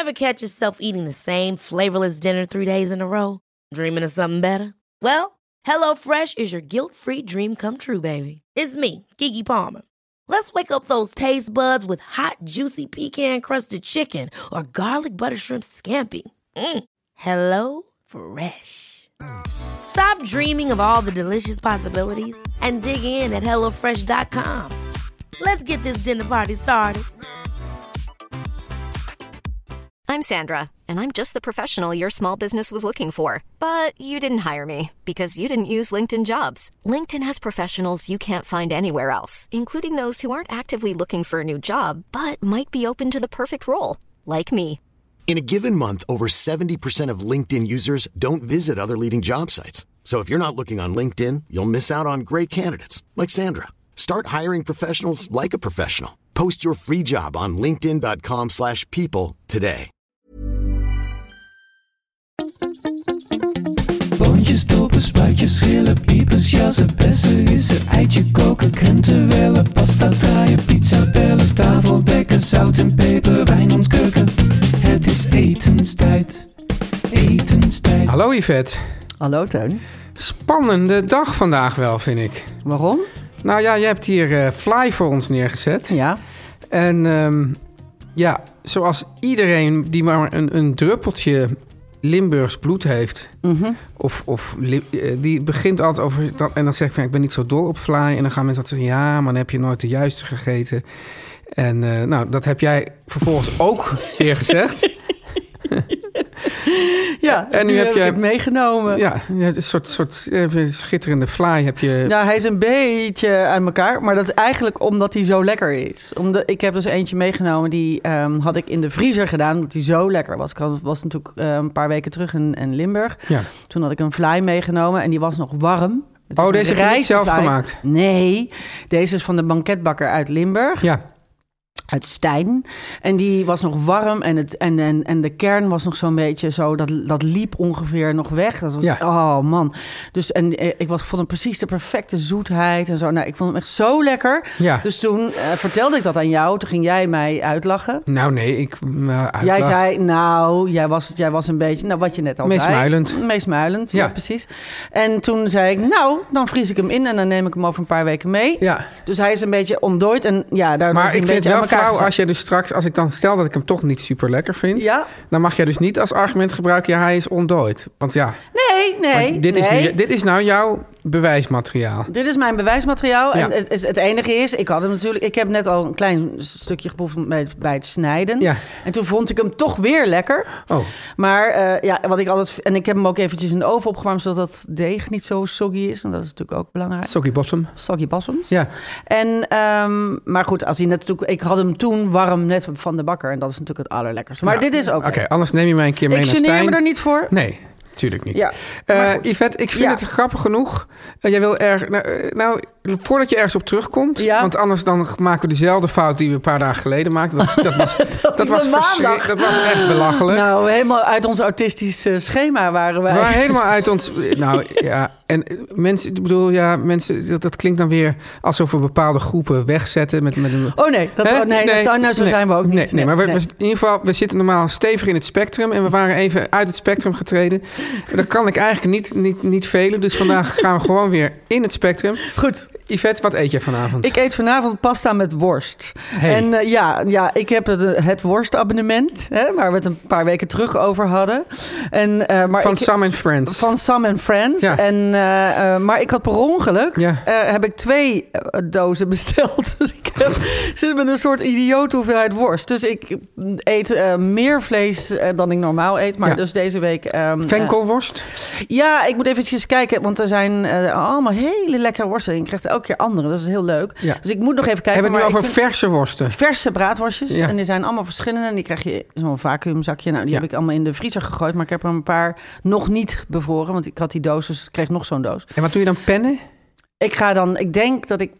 Ever catch yourself eating the same flavorless dinner 3 days in a row? Dreaming of something better? Well, HelloFresh is your guilt-free dream come true, baby. It's me, Keke Palmer. Let's wake up those taste buds with hot, juicy pecan-crusted chicken or garlic butter shrimp scampi. Hello Fresh. Stop dreaming of all the delicious possibilities and dig in at HelloFresh.com. Let's get this dinner party started. I'm Sandra, and I'm just the professional your small business was looking for. But you didn't hire me because you didn't use LinkedIn Jobs. LinkedIn has professionals you can't find anywhere else, including those who aren't actively looking for a new job, but might be open to the perfect role, like me. In a given month, over 70% of LinkedIn users don't visit other leading job sites. So if you're not looking on LinkedIn, you'll miss out on great candidates like Sandra. Start hiring professionals like a professional. Post your free job on linkedin.com/people today. Boontjes, dopen, spuitjes, schillen, piepers, jassen, bessen, rissen, eitje koken, krenten wellen, pasta draaien, pizza bellen, tafel dekken, zout en peper, wijn ontkurken. Het is etenstijd, etenstijd. Hallo Yvette. Hallo Teun. Spannende dag vandaag wel, vind ik. Waarom? Nou ja, je hebt hier Fly voor ons neergezet. Ja. En zoals iedereen die maar een druppeltje Limburgs bloed heeft... die begint altijd over... en dan zeg ik van, ik ben niet zo dol op Fly. En dan gaan mensen altijd zeggen, ja, maar dan heb je nooit de juiste gegeten. En dat heb jij vervolgens ook weer gezegd. Ja, dus en nu heb je het meegenomen. Ja, een soort schitterende Fly heb je. Ja, hij is een beetje uit elkaar, maar dat is eigenlijk omdat hij zo lekker is. Ik heb dus eentje meegenomen, die had ik in de vriezer gedaan, omdat hij zo lekker was. Ik was natuurlijk een paar weken terug in Limburg. Ja. Toen had ik een Fly meegenomen en die was nog warm. Deze heb je niet zelf gemaakt? Nee, deze is van de banketbakker uit Limburg. Ja. Uit Stijn. En die was nog warm en de kern was nog zo'n beetje zo... Dat liep ongeveer nog weg. Dat was, oh man. Dus, ik vond hem precies de perfecte zoetheid en zo. Nou, ik vond hem echt zo lekker. Ja. Dus toen vertelde ik dat aan jou. Toen ging jij mij uitlachen. Nou nee, jij zei, jij was een beetje... Nou, wat je net al meesmuilend. zei. Meesmuilend, ja, precies. En toen zei ik, dan vries ik hem in... en dan neem ik hem over een paar weken mee. Ja. Dus hij is een beetje ontdooid en daardoor maar is hij een beetje aan elkaar. Als je dus straks, als ik dan stel dat ik hem toch niet super lekker vind... dan mag je dus niet als argument gebruiken... hij is ontdooid. Want ja... Nee. Dit is nou jouw bewijsmateriaal. Dit is mijn bewijsmateriaal. Ja. En het enige is, ik heb net al een klein stukje geproefd bij het snijden. Ja. En toen vond ik hem toch weer lekker. Oh. Maar wat ik altijd... En ik heb hem ook eventjes in de oven opgewarmd... zodat dat deeg niet zo soggy is. En dat is natuurlijk ook belangrijk. Soggy bottom. Soggy bottoms. Ja. En, maar goed, als hij natuurlijk... Ik had hem toen warm net van de bakker. En dat is natuurlijk het allerlekkerste. Maar dit is ook... Oké, anders neem je mij een keer mee naar Stijn. Ik geneer me er niet voor. Nee. Tuurlijk niet. Ja, Yvette, ik vind het grappig genoeg. Jij wil voordat je ergens op terugkomt... want anders dan maken we dezelfde fout... die we een paar dagen geleden maakten. Dat was echt belachelijk. Nou, helemaal uit ons autistische schema waren wij. We waren helemaal uit ons... Nou, ja... En mensen, ik bedoel, mensen, dat klinkt dan weer alsof we bepaalde groepen wegzetten met een... Oh nee, zo zijn we ook niet. Nee, maar in ieder geval, we zitten normaal stevig in het spectrum en we waren even uit het spectrum getreden. Dat kan ik eigenlijk niet velen, dus vandaag gaan we gewoon weer in het spectrum. Goed. Yvette, wat eet je vanavond? Ik eet vanavond pasta met worst. Hey. En ik heb het worstabonnement, waar we het een paar weken terug over hadden. Van Sam & Friends. Van Sam & Friends. Ja. Maar ik had per ongeluk heb ik 2 dozen besteld. Dus ik zit met een soort idiote hoeveelheid worst. Dus ik eet meer vlees dan ik normaal eet. Maar dus deze week... Venkelworst? Ja, ik moet eventjes kijken. Want er zijn allemaal hele lekkere worsten. Je krijgt elke keer andere. Dat is heel leuk. Ja. Dus ik moet nog even kijken. Hebben we het nu over verse worsten? Verse braadworstjes. Ja. En die zijn allemaal verschillende. En die krijg je in zo'n vacuümzakje. Nou, die heb ik allemaal in de vriezer gegooid. Maar ik heb er een paar nog niet bevroren. Want ik had die doos, dus ik kreeg nog zo'n doos. En wat doe je dan, pennen? Ik denk dat ik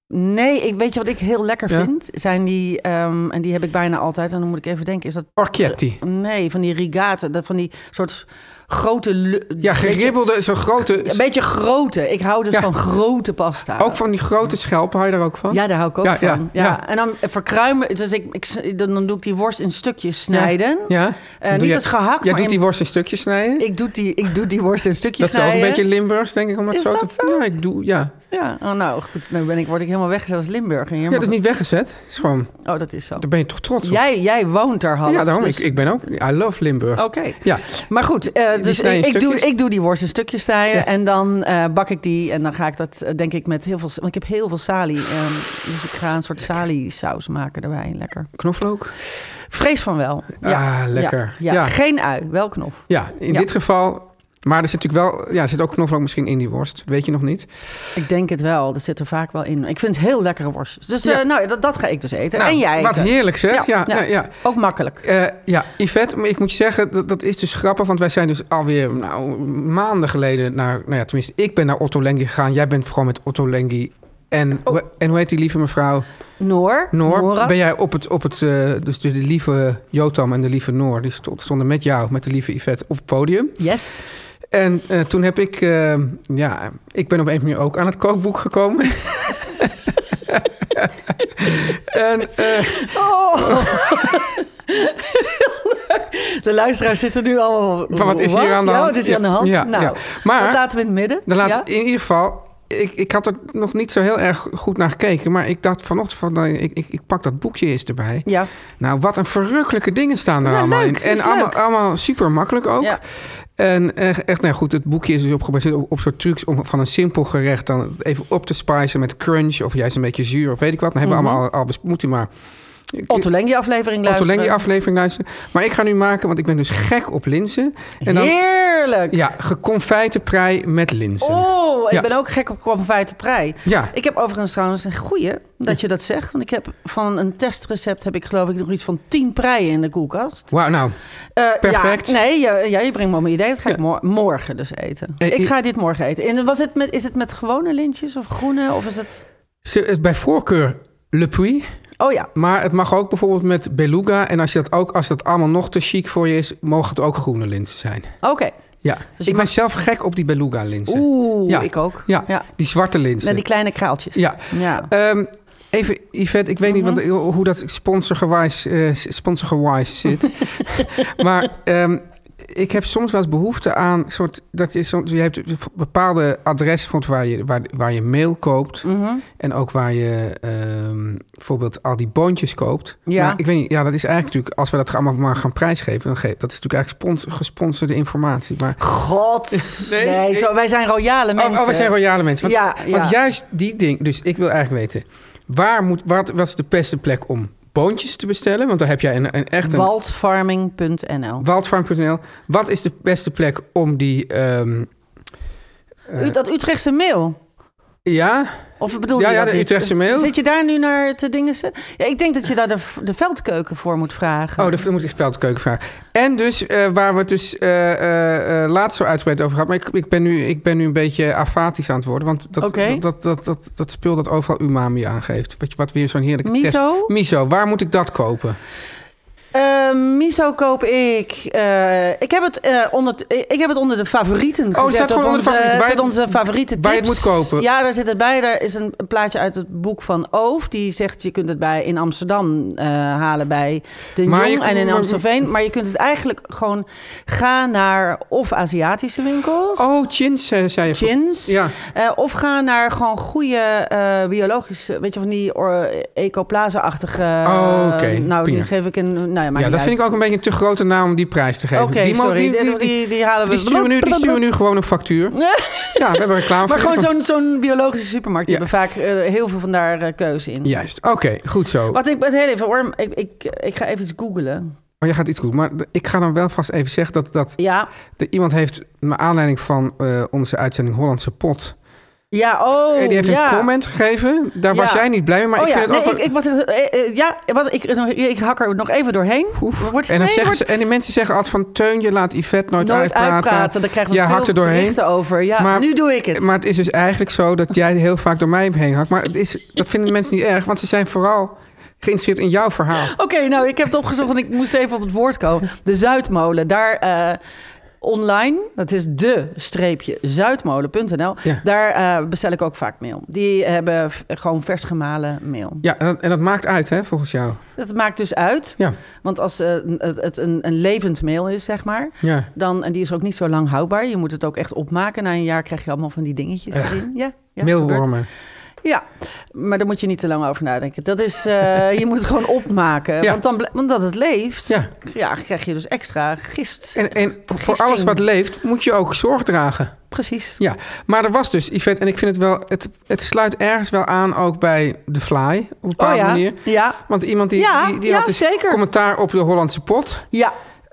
Nee, weet je wat ik heel lekker vind? Zijn die, en die heb ik bijna altijd, en dan moet ik even denken, is dat... Orchietti? Nee, van die rigate, van die soort... grote... geribbelde, zo'n grote... Een beetje grote. Ik hou dus van grote pasta. Ook van die grote schelpen, hou je daar ook van? Ja, daar hou ik ook van. Ja. En dan verkruimen... Dus dan doe ik die worst in stukjes snijden. Ja. Niet als gehakt. Jij doet die worst in stukjes snijden? Ik doe die worst in stukjes snijden. Dat is ook een beetje Limburgs, denk ik. Om dat is zo dat te... zo? Ja, ik doe... Ja. Ja, goed. Nu word ik helemaal weggezet als Limburger. Ja, dat is niet weggezet. Het is gewoon... Oh, dat is zo. Daar ben je toch trots op? Jij woont er half. Ja, daarom. Dus... Ik ben ook... I love Limburg. Oké. Ja. Maar goed, dus ik doe die worst in stukjes snijden. Ja. En dan bak ik die. En dan ga ik dat, denk ik, met heel veel... Want ik heb heel veel salie. Dus ik ga een soort salie-saus maken erbij. Lekker. Knoflook? Vrees van wel. Ja. Lekker. Ja. Geen ui, wel knof. Ja, in dit geval... Maar er zit natuurlijk wel... Ja, er zit ook knoflook misschien in die worst. Weet je nog niet? Ik denk het wel. Er zit er vaak wel in. Ik vind het heel lekkere worst. Dus dat ga ik dus eten. Nou, en jij wat heerlijk zeg. Ja. Ook makkelijk. Yvette, maar ik moet je zeggen... Dat is dus grappig. Want wij zijn dus alweer maanden geleden naar... tenminste, ik ben naar Ottolenghi gegaan. Jij bent gewoon met Ottolenghi. En hoe heet die lieve mevrouw? Noor. Ben jij op het dus de lieve Jotam en de lieve Noor... die stonden met jou, met de lieve Yvette, op het podium. Yes. En toen heb ik... ik ben op een manier ook aan het kookboek gekomen. De luisteraars zitten nu allemaal... Wat is hier aan de hand? Wat is hier aan de hand? Ja. Maar dat laten we in het midden. In ieder geval... Ik had er nog niet zo heel erg goed naar gekeken... maar ik dacht vanochtend ik pak dat boekje eens erbij. Ja. Nou, wat een verrukkelijke dingen staan er allemaal in. En allemaal super makkelijk ook. Ja. En echt, goed, het boekje is dus gebaseerd op soort trucs... om van een simpel gerecht dan even op te spicen met crunch... of juist een beetje zuur of weet ik wat. Dan hebben we allemaal al moet u maar... Ottolenghi aflevering luisteren. Maar ik ga nu maken, want ik ben dus gek op linzen. En dan, heerlijk! Ja, geconfijte prei met linzen. Oh, ik ben ook gek op geconfijte prei. Ja. Ik heb overigens trouwens een goeie dat je dat zegt. Want ik heb van een testrecept heb ik geloof ik nog iets van 10 preien in de koelkast. Wauw, nou, perfect. Je brengt me op een idee. Dat ga ik morgen dus eten. Ik ga dit morgen eten. En is het met gewone lintjes of groene? Of is het... Bij voorkeur Le Puy. Oh ja. Maar het mag ook bijvoorbeeld met beluga. En als dat allemaal nog te chic voor je is... mogen het ook groene linzen zijn. Oké. Ja, dus ik ben zelf gek op die beluga linzen. Ik ook. Ja, die zwarte linzen. Met die kleine kraaltjes. Ja. Even, Yvette, ik weet niet hoe dat sponsorgewijs zit. Maar... ik heb soms wel eens behoefte aan je hebt bepaalde adressen waar je meel koopt. Mm-hmm. En ook waar je bijvoorbeeld al die boontjes koopt. Ja. Maar ik weet niet, dat is eigenlijk natuurlijk... als we dat allemaal maar gaan prijsgeven... dat is natuurlijk eigenlijk gesponsorde informatie. Maar... God, nee, wij zijn royale mensen. Wij zijn royale mensen. Want juist die ding... Dus ik wil eigenlijk weten... wat is de beste plek om... boontjes te bestellen, want daar heb jij een echt... Waldfarming.nl. Waldfarming.nl. Wat is de beste plek om die... dat Utrechtse meel? Ja. Of bedoel je dat de Utrechtse meel. Zit je daar nu naar te dingen? Ja, ik denk dat je daar de veldkeuken voor moet vragen. Oh, daar moet ik de veldkeuken vragen. En dus, waar we het dus laatst zo uitgebreid over hadden... maar ik ben nu een beetje afatisch aan het worden... want dat speel dat overal umami aangeeft. Wat weer zo'n heerlijke miso? Miso, waar moet ik dat kopen? Miso koop ik. Ik heb het onder de favorieten gezet. Oh, het staat gewoon onder de favorieten. Zet onze favoriete tips. Waar je het moet kopen. Ja, daar zit het bij. Daar is een plaatje uit het boek van Oof. Die zegt, je kunt het in Amsterdam halen bij De Jong en in Amstelveen. Maar je kunt het eigenlijk gewoon gaan naar of Aziatische winkels. Oh, Chins, zei je. Chins. Ja. Of ga naar gewoon goede biologische, weet je, van die Ecoplaza-achtige... oké. Nou, nu geef ik een... dat vind ik ook een beetje een te grote naam om die prijs te geven. Oké, sorry. Die halen we... Die sturen nu gewoon een factuur. Ja, we hebben reclame voor. Maar gewoon zo'n biologische supermarkt. Die hebben vaak heel veel van daar keuze in. Juist, oké, goed zo. Wat ik heel even hoor, ik ga even iets googlen. Oh, jij gaat iets googlen. Maar ik ga dan wel vast even zeggen dat iemand heeft, naar aanleiding van onze uitzending Hollandse Pot... Ja, die heeft een comment gegeven. Daar was jij niet blij mee, maar ik vind het ook... Ik hak er nog even doorheen. En die mensen zeggen altijd van... Teun, je laat Yvette nooit uitpraten. Daar krijgen we veel berichten over. Ja, maar, nu doe ik het. Maar het is dus eigenlijk zo dat jij heel vaak door mij heen hakt. Maar dat vinden mensen niet erg, want ze zijn vooral... geïnteresseerd in jouw verhaal. Oké, nou, ik heb het opgezocht, want ik moest even op het woord komen. De Zuidmolen, daar... online, dat is de-zuidmolen.nl. Ja. Daar bestel ik ook vaak meel. Die hebben gewoon vers gemalen meel. Ja, en dat maakt uit, hè, volgens jou? Dat maakt dus uit. Ja. Want als het een levend meel is, zeg maar... Ja. Dan, en die is ook niet zo lang houdbaar. Je moet het ook echt opmaken. Na een jaar krijg je allemaal van die dingetjes erin. Ja, meelwormen. Ja, maar daar moet je niet te lang over nadenken. Dat is, je moet het gewoon opmaken. Ja. Want omdat het leeft, krijg je dus extra gist. En voor alles wat leeft, moet je ook zorg dragen. Precies. Ja, maar er was dus, Yvette, en ik vind het wel... Het sluit ergens wel aan ook bij The Fly, op een bepaalde manier. Ja. Want iemand die had dus zeker commentaar op de Hollandse pot. Ja.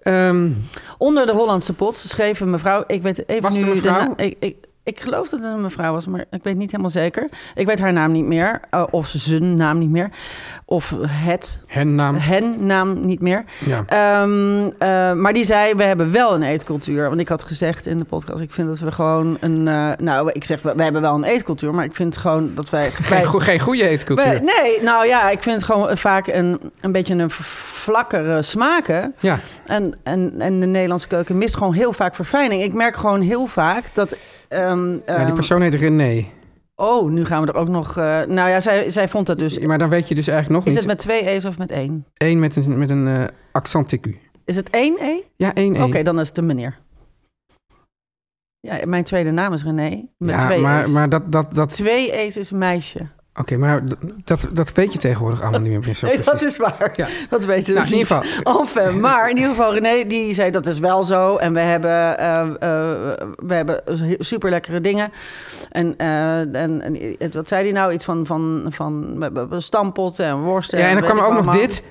Onder de Hollandse pot schreef een mevrouw... Ik weet even was nu de mevrouw? Ik geloof dat het een mevrouw was, maar ik weet niet helemaal zeker. Ik weet haar naam niet meer. Of zijn naam niet meer. Of hen naam niet meer. Ja. Maar die zei, we hebben wel een eetcultuur. Want ik had gezegd in de podcast, ik vind dat we gewoon een... we hebben wel een eetcultuur, maar ik vind gewoon dat wij... Geen goede eetcultuur. Ik vind het gewoon vaak een beetje een vlakkere smaken. Ja. En de Nederlandse keuken mist gewoon heel vaak verfijning. Ik merk gewoon heel vaak dat... die persoon heet René. Oh, nu gaan we er ook nog... zij vond dat dus... Maar dan weet je dus eigenlijk nog niet... Is het met 2 E's of met 1? 1 met een accent aigu. Is het 1 E? Ja, 1 E. Oké, dan is het de meneer. Ja, mijn tweede naam is René. Met 2 E's. Maar dat... 2 E's is meisje. Oké, maar dat weet je tegenwoordig allemaal niet meer. Nee, dat is waar. Ja. Dat weten we niet. In ieder geval. Enfin, maar in ieder geval, René, die zei dat is wel zo. En we hebben super lekkere dingen. En wat zei hij nou? Iets van stampotten en worsten. Ja, en dan kwam er ook nog dit.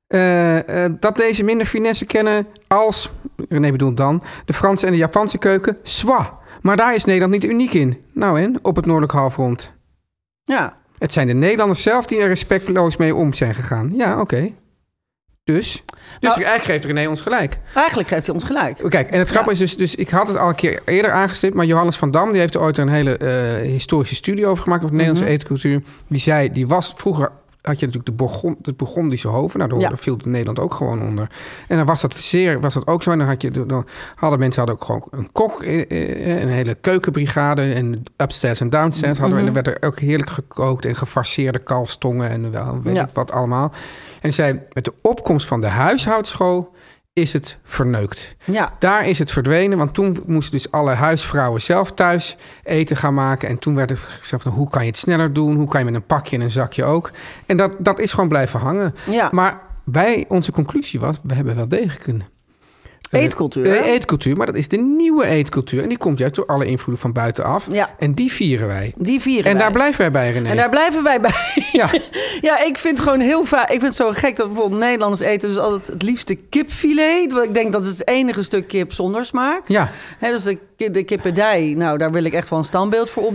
Dat deze minder finesse kennen als, René bedoelt dan, de Franse en de Japanse keuken. Zwa. Maar daar is Nederland niet uniek in. Nou en, op het noordelijk halfrond. Ja. Het zijn de Nederlanders zelf die er respectloos mee om zijn gegaan. Ja, oké. Dus eigenlijk geeft René ons gelijk. Eigenlijk geeft hij ons gelijk. Kijk, en het grappige is dus... Ik had het al een keer eerder aangestipt... maar Johannes van Dam, die heeft er ooit een hele historische studie over gemaakt... over de Nederlandse eetcultuur. Die zei, vroeger had je natuurlijk de Bourgondische hoven. Nou, daar viel Nederland ook gewoon onder. En dan was dat ook zo. En dan hadden mensen ook gewoon een kok, een hele keukenbrigade. En upstairs en downstairs hadden we. En dan werd er ook heerlijk gekookt en gefarseerde kalfstongen en weet ik wat allemaal. En die zei, met de opkomst van de huishoudschool is het verneukt. Ja. Daar is het verdwenen, want toen moesten dus alle huisvrouwen zelf thuis eten gaan maken. En toen werd er gezegd, hoe kan je het sneller doen? Hoe kan je met een pakje en een zakje ook? En dat is gewoon blijven hangen. Ja. Maar onze conclusie was, we hebben wel degelijk een eetcultuur, maar dat is de nieuwe eetcultuur. En die komt juist door alle invloeden van buitenaf. Ja. En die vieren wij. Daar blijven wij bij, René. En daar blijven wij bij. Ja, ja, ik vind gewoon heel vaak... Ik vind het zo gek dat bijvoorbeeld Nederlanders eten dus altijd het liefste kipfilet. Want ik denk dat het het enige stuk kip zonder smaak. Ja. Dus de kippendij, nou, daar wil ik echt wel een standbeeld voor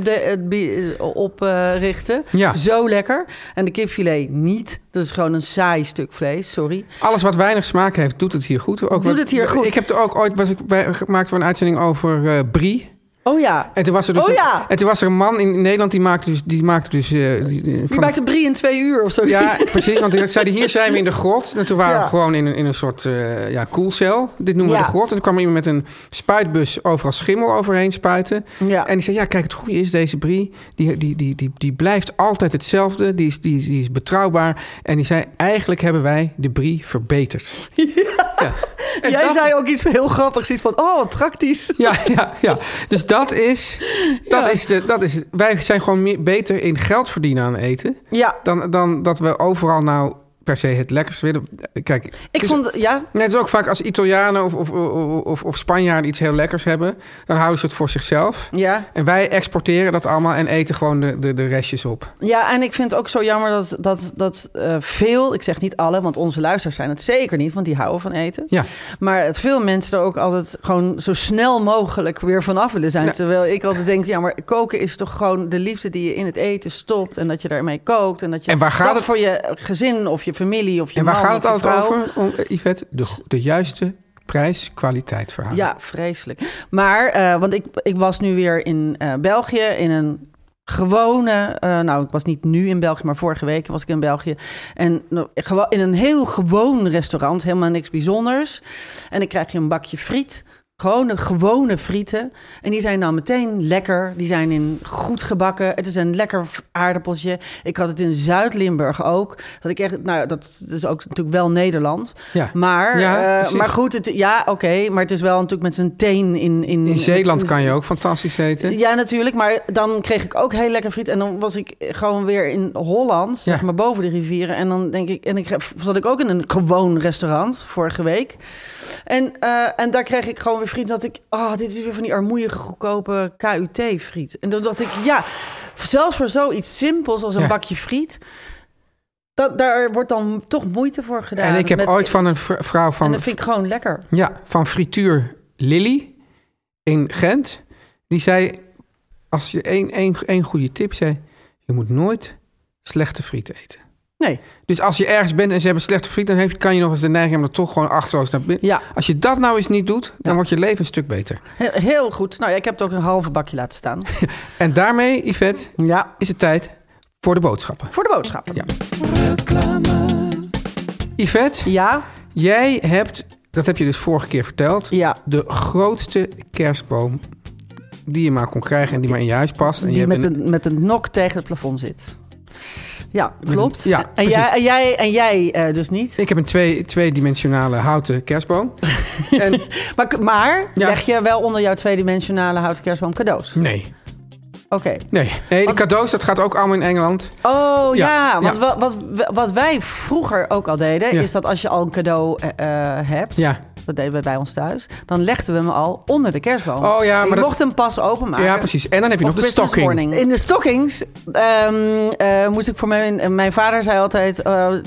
oprichten. Ja. Zo lekker. En de kipfilet niet. Dat is gewoon een saai stuk vlees, sorry. Alles wat weinig smaak heeft, doet het hier goed. Ik heb er ook ooit gemaakt voor een uitzending over brie. Oh ja. En toen was er dus toen was er een man in Nederland die maakte brie in 2 uur of zo. Ja, precies. Want hij zei, hier zijn we in de grot. En toen waren we gewoon in een soort koelcel. Dit noemen we de grot. En toen kwam iemand met een spuitbus overal schimmel overheen spuiten. Ja. En die zei, kijk, het goede is, deze brie, die blijft altijd hetzelfde. Die is betrouwbaar. En die zei, eigenlijk hebben wij de brie verbeterd. Ja. Jij zei ook iets heel grappigs. Iets van, wat praktisch. Ja. Dus wij zijn gewoon beter in geld verdienen aan eten. Ja. Dan dat we overal nou per se het lekkerste willen. Kijk, het is ook vaak als Italianen of Spanjaarden iets heel lekkers hebben, dan houden ze het voor zichzelf. Ja. En wij exporteren dat allemaal en eten gewoon de restjes op. Ja, en ik vind het ook zo jammer dat veel, ik zeg niet alle, want onze luisteraars zijn het zeker niet, want die houden van eten. Ja. Maar veel mensen er ook altijd gewoon zo snel mogelijk weer vanaf willen zijn. Ja. Terwijl ik altijd denk, ja, maar koken is toch gewoon de liefde die je in het eten stopt en dat je daarmee kookt en dat je dat voor je gezin of je familie of je man of je vrouw. En waar gaat het altijd over, Yvette? De juiste prijs-kwaliteit verhaal. Ja, vreselijk. Maar, want ik was nu weer in België in een gewone... ik was niet nu in België, maar vorige week was ik in België. En in een heel gewoon restaurant, helemaal niks bijzonders. En dan krijg je een bakje friet. Gewone frieten. En die zijn dan meteen lekker. Die zijn goed gebakken. Het is een lekker aardappeltje. Ik had het in Zuid-Limburg ook. Dat ik echt, dat is ook natuurlijk wel Nederland. Ja. Maar goed, maar het is wel natuurlijk met zijn teen in Zeeland kan je ook fantastisch eten. Ja, natuurlijk. Maar dan kreeg ik ook heel lekker friet. En dan was ik gewoon weer in Holland, zeg maar boven de rivieren. En dan denk ik, zat ik ook in een gewoon restaurant vorige week. En daar kreeg ik gewoon weer friet. Dat ik, dit is weer van die armoeige, goedkope KUT-friet. En dan dacht ik, zelfs voor zoiets simpels als een bakje friet, daar wordt dan toch moeite voor gedaan. En ik heb ooit van een vrouw van... En dat vind ik gewoon lekker. Ja, van Frituur Lily in Gent. Die zei, als je één goede tip zei, je moet nooit slechte friet eten. Nee. Dus als je ergens bent en ze hebben slechte friet, dan kan je nog eens de neiging om er toch gewoon achterloos naar binnen. Ja. Als je dat nou eens niet doet, dan wordt je leven een stuk beter. Heel goed. Nou ja, ik heb het ook een halve bakje laten staan. En daarmee, Yvette, is het tijd voor de boodschappen. Voor de boodschappen. Ja. Yvette, jij hebt, dat heb je dus vorige keer verteld, de grootste kerstboom die je maar kon krijgen en die maar in je huis past. En die met een nok tegen het plafond zit. Ja, klopt. Ja, en jij dus niet? Ik heb een tweedimensionale houten kerstboom. En, maar leg je wel onder jouw tweedimensionale houten kerstboom cadeaus? Nee. Oké. Nee, de cadeaus, dat gaat ook allemaal in Engeland. Oh want wat wij vroeger ook al deden, is dat als je al een cadeau hebt... Ja. Dat deden we bij ons thuis. Dan legden we hem al onder de kerstboom. Oh ja, maar je mocht hem pas openmaken. Ja, precies. En dan heb je nog de stocking. Morning. In de stockings moest ik voor mijn vader zei altijd,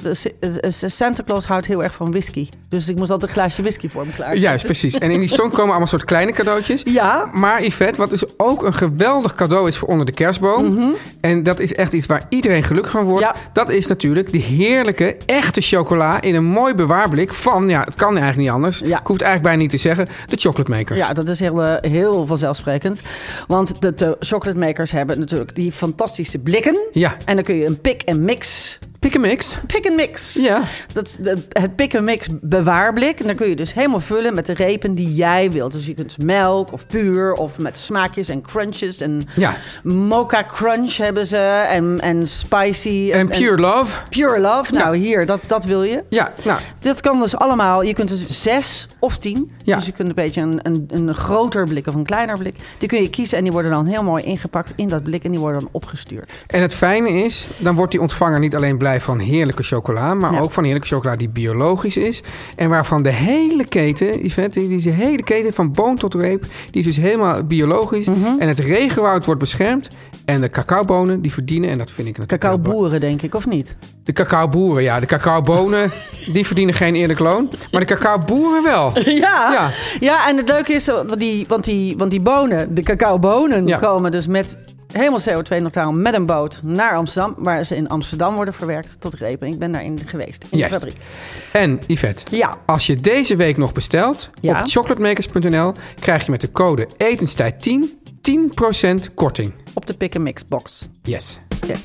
Santa Claus houdt heel erg van whisky. Dus ik moest altijd een glaasje whisky voor hem klaarzetten. Juist, precies. En in die stocking komen allemaal soort kleine cadeautjes. Ja. Maar Yvette, wat dus ook een geweldig cadeau is voor onder de kerstboom. Mm-hmm. En dat is echt iets waar iedereen gelukkig van wordt. Ja. Dat is natuurlijk de heerlijke, echte chocola in een mooi bewaarblik van, het kan eigenlijk niet anders. Ja. Ik hoef het eigenlijk bijna niet te zeggen. De chocolate makers. Ja, dat is heel vanzelfsprekend. Want de chocolate makers hebben natuurlijk die fantastische blikken. Ja. En dan kun je een pick and mix... Pick and mix? Pick and mix. Ja. Dat is het pick and mix bewaarblik. En dan kun je dus helemaal vullen met de repen die jij wilt. Dus je kunt melk of puur of met smaakjes en crunches. En mocha crunch hebben ze. En spicy. En pure love. Pure love. Nou, hier, dat wil je. Ja, nou. Dat kan dus allemaal. Je kunt dus 6 of 10. Ja. Dus je kunt een beetje een groter blik of een kleiner blik. Die kun je kiezen en die worden dan heel mooi ingepakt in dat blik. En die worden dan opgestuurd. En het fijne is, dan wordt die ontvanger niet alleen blij van heerlijke chocola, maar ook van heerlijke chocola die biologisch is. En waarvan de hele keten, die hele keten van boom tot reep, die is dus helemaal biologisch. Mm-hmm. En het regenwoud wordt beschermd. En de cacaobonen, die verdienen, en dat vind ik natuurlijk... Cacaoboeren, denk ik, of niet? De cacaoboeren, ja. De cacaobonen, die verdienen geen eerlijk loon. Maar de cacaoboeren wel. Ja, en het leuke is, want die bonen, de cacaobonen, komen dus met... helemaal CO2-neutraal met een boot naar Amsterdam, waar ze in Amsterdam worden verwerkt tot repen. Ik ben daarin geweest, in de fabriek. En Yvette, als je deze week nog bestelt op chocolatemakers.nl, krijg je met de code etenstijd10 10% korting. Op de Pick & Mix box. Yes.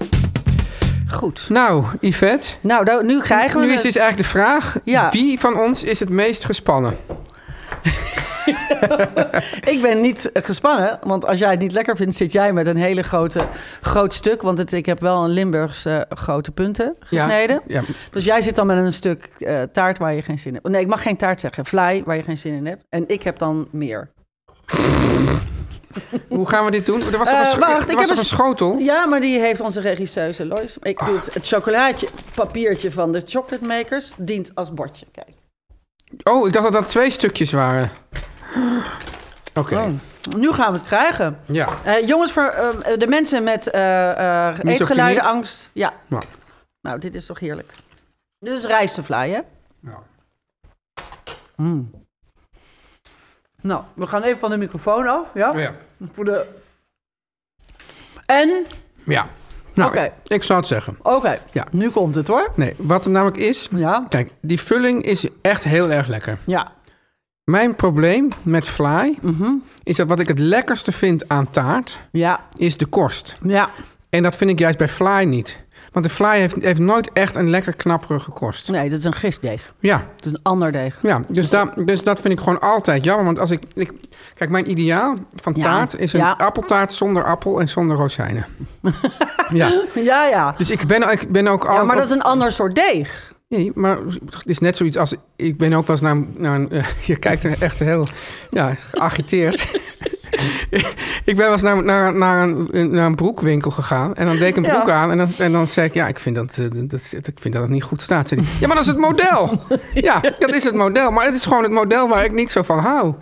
Goed. Nou, Yvette. Nou, nu krijgen we... Nu is dus eigenlijk de vraag, wie van ons is het meest gespannen? Ik ben niet gespannen, want als jij het niet lekker vindt, zit jij met een hele groot stuk. Want ik heb wel een Limburgse grote punten gesneden. Ja. Dus jij zit dan met een stuk taart waar je geen zin in hebt. Nee, ik mag geen taart zeggen. Vlaai waar je geen zin in hebt. En ik heb dan meer. Hoe gaan we dit doen? Er was nog een schotel. Ja, maar die heeft onze regisseuse Lois. Ik doe het chocolaatje papiertje van de chocolate makers. Dient als bordje, kijk. Oh, ik dacht dat 2 stukjes waren. Oké. Oh, nu gaan we het krijgen. Ja. Jongens, voor de mensen met eetgeluidenangst. Ja. Nou, dit is toch heerlijk. Dit is rijstevlaai, hè? Ja. Nou, we gaan even van de microfoon af. Ja? Ja. Voor de... En? Ja. Nou, ik zou het zeggen. Oké. Ja. Nu komt het, hoor. Nee, wat er namelijk is... Ja. Kijk, die vulling is echt heel erg lekker. Ja. Mijn probleem met fly is dat wat ik het lekkerste vind aan taart... is de korst. Ja. En dat vind ik juist bij fly niet. Want de fly heeft nooit echt een lekker knapperige korst. Nee, dat is een gistdeeg. Ja. Het is een ander deeg. Ja, dus dat vind ik gewoon altijd jammer. Want als ik kijk, mijn ideaal van taart is een appeltaart zonder appel en zonder rozijnen. Ja. Dus ik ben ook al. Ja, maar dat is een ander soort deeg. Nee, maar het is net zoiets als... Ik ben ook wel eens naar een... je kijkt er echt heel geagiteerd. Ik ben wel eens naar een broekwinkel gegaan. En dan deed ik een broek aan. En dan zei ik... Ja, ik vind dat het niet goed staat. Zei hij, ja, maar dat is het model. Ja, dat is het model. Maar het is gewoon het model waar ik niet zo van hou.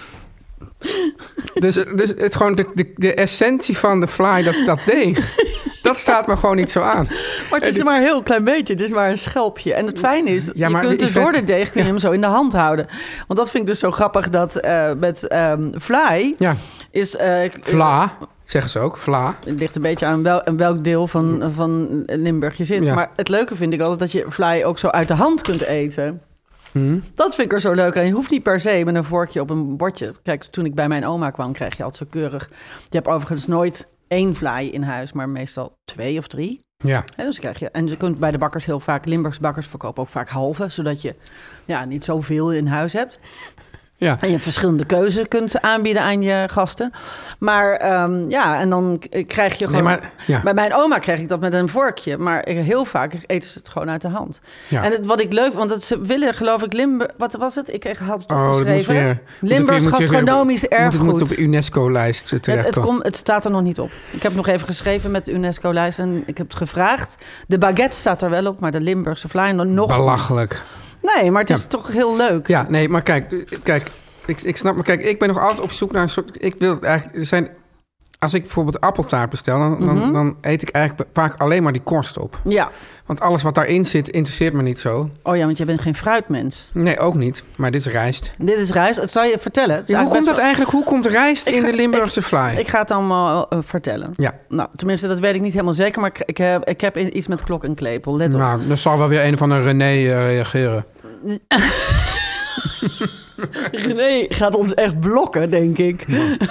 Dus het gewoon de essentie van de fly, dat deeg... Dat staat me gewoon niet zo aan. Maar het is maar een heel klein beetje. Het is maar een schelpje. En het fijne is, je kunt dus door de deeg kun je hem zo in de hand houden. Want dat vind ik dus zo grappig dat met fly is... Vla, zeggen ze ook. Vla. Het ligt een beetje aan welk deel van Limburg je zit. Ja. Maar het leuke vind ik altijd dat je fly ook zo uit de hand kunt eten. Dat vind ik er zo leuk aan. Je hoeft niet per se met een vorkje op een bordje. Kijk, toen ik bij mijn oma kwam, kreeg je altijd zo keurig. Je hebt overigens nooit 1 vlaai in huis, maar meestal 2 of 3. Ja. Dus krijg je. En je kunt bij de bakkers heel vaak, Limburgse bakkers verkopen ook vaak halve, zodat je niet zoveel in huis hebt. Ja. En je verschillende keuzes kunt aanbieden aan je gasten. Maar en dan krijg je gewoon... Bij mijn oma kreeg ik dat met een vorkje. Maar heel vaak eten ze het gewoon uit de hand. Ja. En wat ik leuk... Want ze willen, geloof ik, Limburg... Wat was het? Ik had het opgeschreven. Limburgs gastronomisch erfgoed. Het moet op de UNESCO-lijst terechtkomen. Het staat er nog niet op. Ik heb nog even geschreven met de UNESCO-lijst. En ik heb het gevraagd. De baguette staat er wel op, maar de Limburgse vlaai nog belachelijk. Nee, maar het is toch heel leuk. Ja, nee, maar kijk, ik snap, maar kijk, ik ben nog altijd op zoek naar een soort... Ik wil eigenlijk... Als ik bijvoorbeeld appeltaart bestel, dan eet ik eigenlijk vaak alleen maar die korst op. Ja. Want alles wat daarin zit, interesseert me niet zo. Oh ja, want je bent geen fruitmens. Nee, ook niet. Maar dit is rijst. Dit is rijst. Dat zal je vertellen. Hoe komt dat eigenlijk? Hoe komt rijst in de Limburgse vlaai? Ik ga het allemaal vertellen. Ja. Nou, tenminste, dat weet ik niet helemaal zeker. Maar ik heb iets met klok en klepel. Let op. Nou, dan zal wel weer een van de René reageren. René gaat ons echt blokken, denk ik.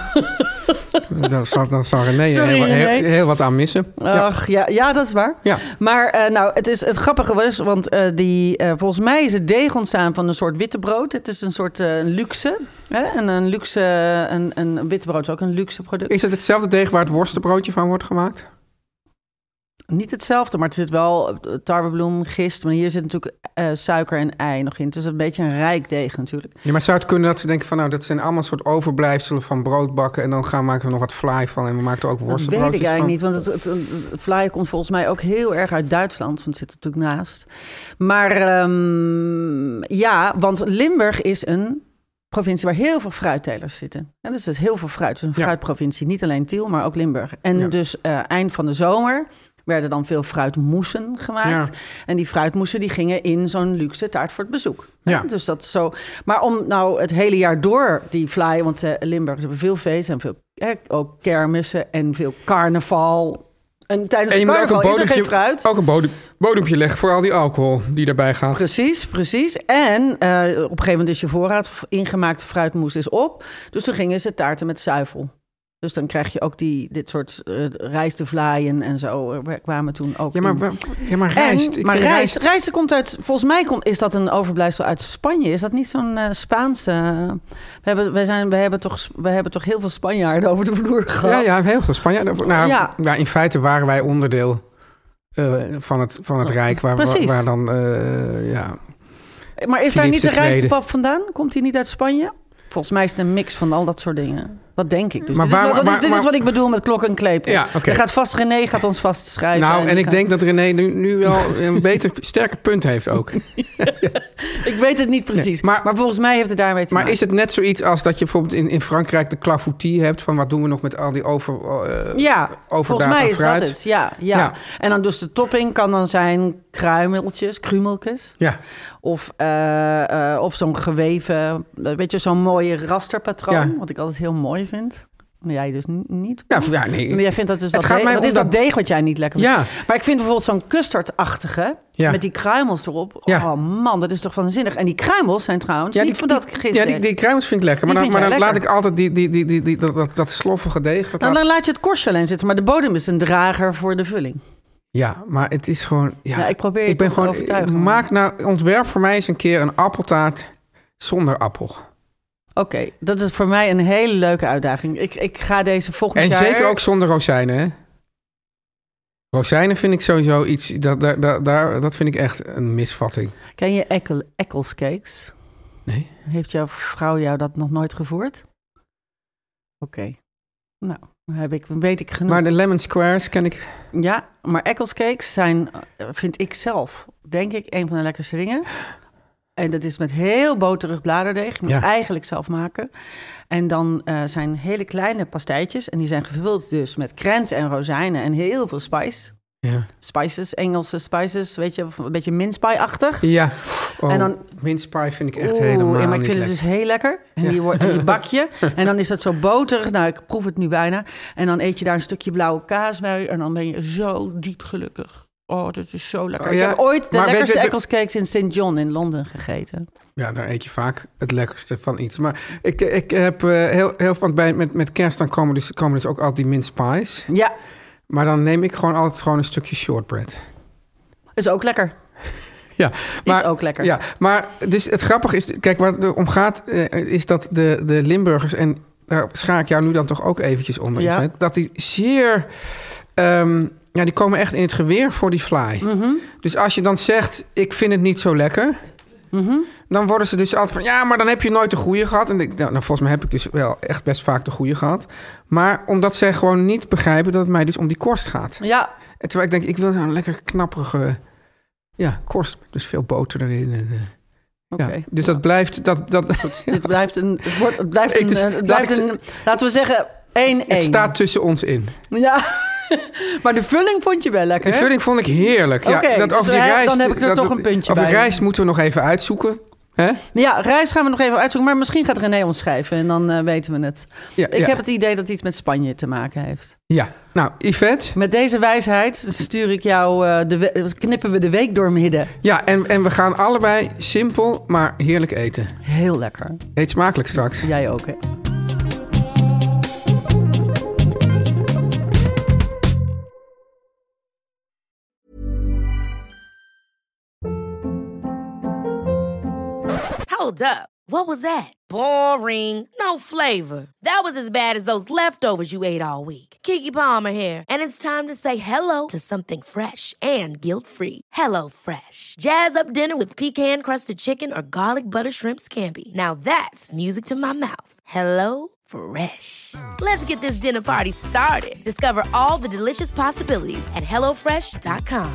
Dan zal René heel wat aan missen. Ach, ja, dat is waar. Ja. Maar het grappige was, want volgens mij is het deeg ontstaan van een soort wittebrood. Het is een soort luxe. Hè? En een wittebrood is ook een luxe product. Is het hetzelfde deeg waar het worstenbroodje van wordt gemaakt? Niet hetzelfde, maar het zit wel tarwebloem, gist. Maar hier zit natuurlijk suiker en ei nog in. Het is een beetje een rijk deeg natuurlijk. Ja, maar zou het kunnen dat ze denken van... dat zijn allemaal soort overblijfselen van broodbakken... en dan maken we nog wat vlaai van en we maken er ook worstenbroodjes van? Dat weet ik eigenlijk niet, want het vlaai komt volgens mij ook heel erg uit Duitsland. Want het zit er natuurlijk naast. Maar want Limburg is een provincie waar heel veel fruittelers zitten. En dus er is heel veel fruit. Het is een fruitprovincie, niet alleen Tiel, maar ook Limburg. En dus eind van de zomer werden dan veel fruitmoesen gemaakt. Ja. En die fruitmoesen die gingen in zo'n luxe taart voor het bezoek. Ja. Dus dat zo. Maar om nou het hele jaar door die vlaai, want Limburgers hebben veel feest en veel ook kermissen en veel carnaval. En tijdens de carnaval is er geen fruit. Ook een bodempje leggen voor al die alcohol die daarbij gaat. Precies. En op een gegeven moment is je voorraad ingemaakte fruitmoes is op. Dus toen gingen ze taarten met zuivel. Dus dan krijg je ook dit soort rijstevlaaien en zo kwamen toen ook. Ja, maar rijst. Rijst komt uit. Volgens mij is dat een overblijfsel uit Spanje. Is dat niet zo'n Spaanse? We hebben toch heel veel Spanjaarden over de vloer gehad. Ja, heel veel Spanjaarden. Nou, in feite waren wij onderdeel van het Rijk, waar dan Maar is daar niet de rijstepap vandaan? Komt die niet uit Spanje? Volgens mij is het een mix van al dat soort dingen. Dat denk ik. Dus dit is wat ik bedoel met klok en kleep. Ja, okay. René gaat ons vast schrijven. Nou, en ik denk dat René nu wel een sterker punt heeft ook. Ik weet het niet precies. Nee, maar volgens mij heeft het daarmee te maken. Maar is het net zoiets als dat je bijvoorbeeld in Frankrijk de clafoutis hebt... van wat doen we nog met al die volgens mij is dat het. Ja. En dan dus de topping kan dan zijn kruimeltjes. Ja. Of zo'n geweven, weet je, zo'n mooie rasterpatroon. Wat ik altijd heel mooi vind. Maar jij dus niet? Ja, nee. Maar jij vindt dat dus dat deeg wat jij niet lekker vindt. Ja. Maar ik vind bijvoorbeeld zo'n custardachtige... met die kruimels erop. Ja. Oh man, dat is toch waanzinnig. En die kruimels zijn trouwens niet van dat gisteren. Ja, die kruimels vind ik lekker. Maar dan laat ik altijd dat sloffige deeg... Dan laat je het korstje alleen zitten. Maar de bodem is een drager voor de vulling. Ja, maar het is gewoon... Ja, ik probeer je te overtuigen. Ontwerp voor mij eens een keer een appeltaart zonder appel. Oké, dat is voor mij een hele leuke uitdaging. Ik ga deze volgend jaar... En zeker ook zonder rozijnen, hè? Rozijnen vind ik sowieso iets... Dat vind ik echt een misvatting. Ken je Eccles cakes? Nee. Heeft jouw vrouw jou dat nog nooit gevoerd? Oké. Nou, weet ik genoeg. Maar de lemon squares ken ik... Ja, maar Eccles cakes zijn, vind ik zelf, denk ik, een van de lekkerste dingen. En dat is met heel boterig bladerdeeg. Je moet eigenlijk zelf maken. En dan zijn hele kleine pastijtjes. En die zijn gevuld dus met krenten en rozijnen en heel veel spice. Ja. Spices, Engelse spices, weet je, een beetje mince pie-achtig. Ja, en dan, mince pie vind ik echt helemaal maar ik vind het dus heel lekker. En die bak je. En dan is dat zo boterig. Nou, ik proef het nu bijna. En dan eet je daar een stukje blauwe kaas bij. En dan ben je zo diep gelukkig. Oh, dat is zo lekker. Ik heb ooit de lekkerste Eccles cakes in St. John in Londen gegeten. Ja, daar eet je vaak het lekkerste van iets. Maar ik heb heel van met kerst dan komen dus ook altijd die mince pies. Ja. Maar dan neem ik altijd een stukje shortbread. Is ook lekker. Ja, maar, is ook lekker. Ja, maar dus het grappige is... Kijk, waar het om gaat, is dat de Limburgers... en daar schaar ik jou nu dan toch ook eventjes onder. Ja. Dat die zeer... die komen echt in het geweer voor die fly. Mm-hmm. Dus als je dan zegt, ik vind het niet zo lekker... Mm-hmm. Dan worden ze dus altijd van... ja, maar dan heb je nooit de goede gehad. En volgens mij heb ik dus wel echt best vaak de goede gehad. Maar omdat zij gewoon niet begrijpen... dat het mij dus om die korst gaat. Ja. En terwijl ik denk, ik wil zo'n lekker knapperige... korst. Dus veel boter erin. En, okay. Dus dat blijft... Dit blijft een... laten we zeggen 1-1. Het staat tussen ons in. Ja. Maar de vulling vond je wel lekker, De vulling vond ik heerlijk. Ja, okay, dus dan heb ik er toch een puntje bij. Over rijst moeten we nog even uitzoeken. Hè? Ja, rijst gaan we nog even uitzoeken. Maar misschien gaat René ons schrijven en dan weten we het. Ja, ik heb het idee dat het iets met Spanje te maken heeft. Ja, nou, Yvette. Met deze wijsheid stuur ik jou... knippen we de week door midden. Ja, en we gaan allebei simpel, maar heerlijk eten. Heel lekker. Eet smakelijk straks. Jij ook, hè? Hold up. What was that? Boring. No flavor. That was as bad as those leftovers you ate all week. Keke Palmer here, and it's time to say hello to something fresh and guilt-free. Hello Fresh. Jazz up dinner with pecan-crusted chicken or garlic butter shrimp scampi. Now that's music to my mouth. Hello Fresh. Let's get this dinner party started. Discover all the delicious possibilities at hellofresh.com.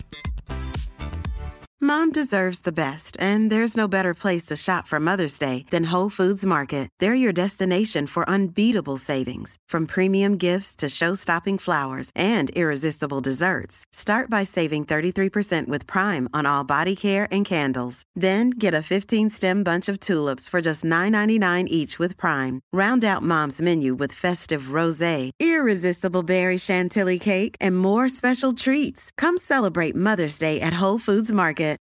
Mom deserves the best, and there's no better place to shop for Mother's Day than Whole Foods Market. They're your destination for unbeatable savings, from premium gifts to show-stopping flowers and irresistible desserts. Start by saving 33% with Prime on all body care and candles. Then get a 15-stem bunch of tulips for just $9.99 each with Prime. Round out Mom's menu with festive rosé, irresistible berry chantilly cake, and more special treats. Come celebrate Mother's Day at Whole Foods Market.